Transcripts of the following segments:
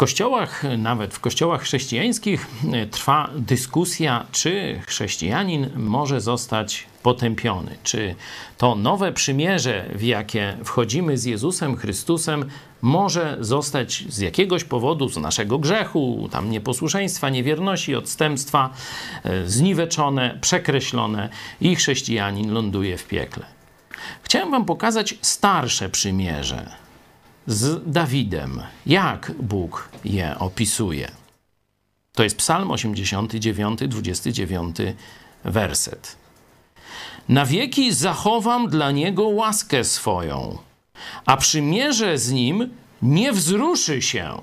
kościołach, nawet w kościołach chrześcijańskich, trwa dyskusja, czy chrześcijanin może zostać potępiony. Czy to nowe przymierze, w jakie wchodzimy z Jezusem Chrystusem, może zostać z jakiegoś powodu, z naszego grzechu, tam nieposłuszeństwa, niewierności, odstępstwa, zniweczone, przekreślone i chrześcijanin ląduje w piekle. Chciałem wam pokazać starsze przymierze z Dawidem, jak Bóg je opisuje. To jest Psalm 89, 29 werset. Na wieki zachowam dla niego łaskę swoją, a przymierze z nim nie wzruszy się.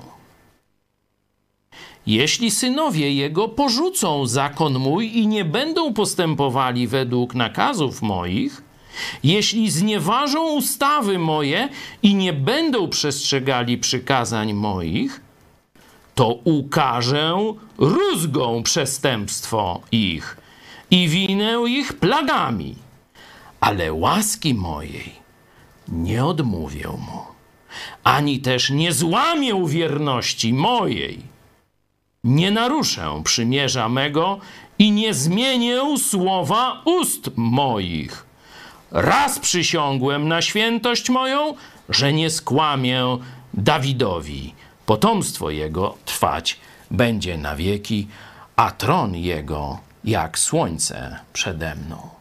Jeśli synowie jego porzucą zakon mój i nie będą postępowali według nakazów moich, jeśli znieważą ustawy moje i nie będą przestrzegali przykazań moich, to ukażę rózgą przestępstwo ich i winę ich plagami, ale łaski mojej nie odmówię mu, ani też nie złamię wierności mojej. Nie naruszę przymierza mego i nie zmienię słowa ust moich. Raz przysiągłem na świętość moją, że nie skłamię Dawidowi. Potomstwo jego trwać będzie na wieki, a tron jego jak słońce przede mną.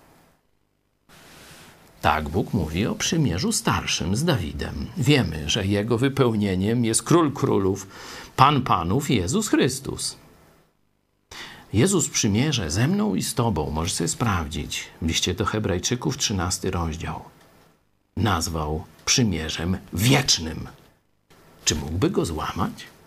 Tak Bóg mówi o przymierzu starszym z Dawidem. Wiemy, że jego wypełnieniem jest Król Królów, Pan Panów, Jezus Chrystus. Jezus przymierze ze mną i z tobą, możesz sobie sprawdzić, w liście do Hebrajczyków, 13 rozdział, nazwał przymierzem wiecznym. Czy mógłby go złamać?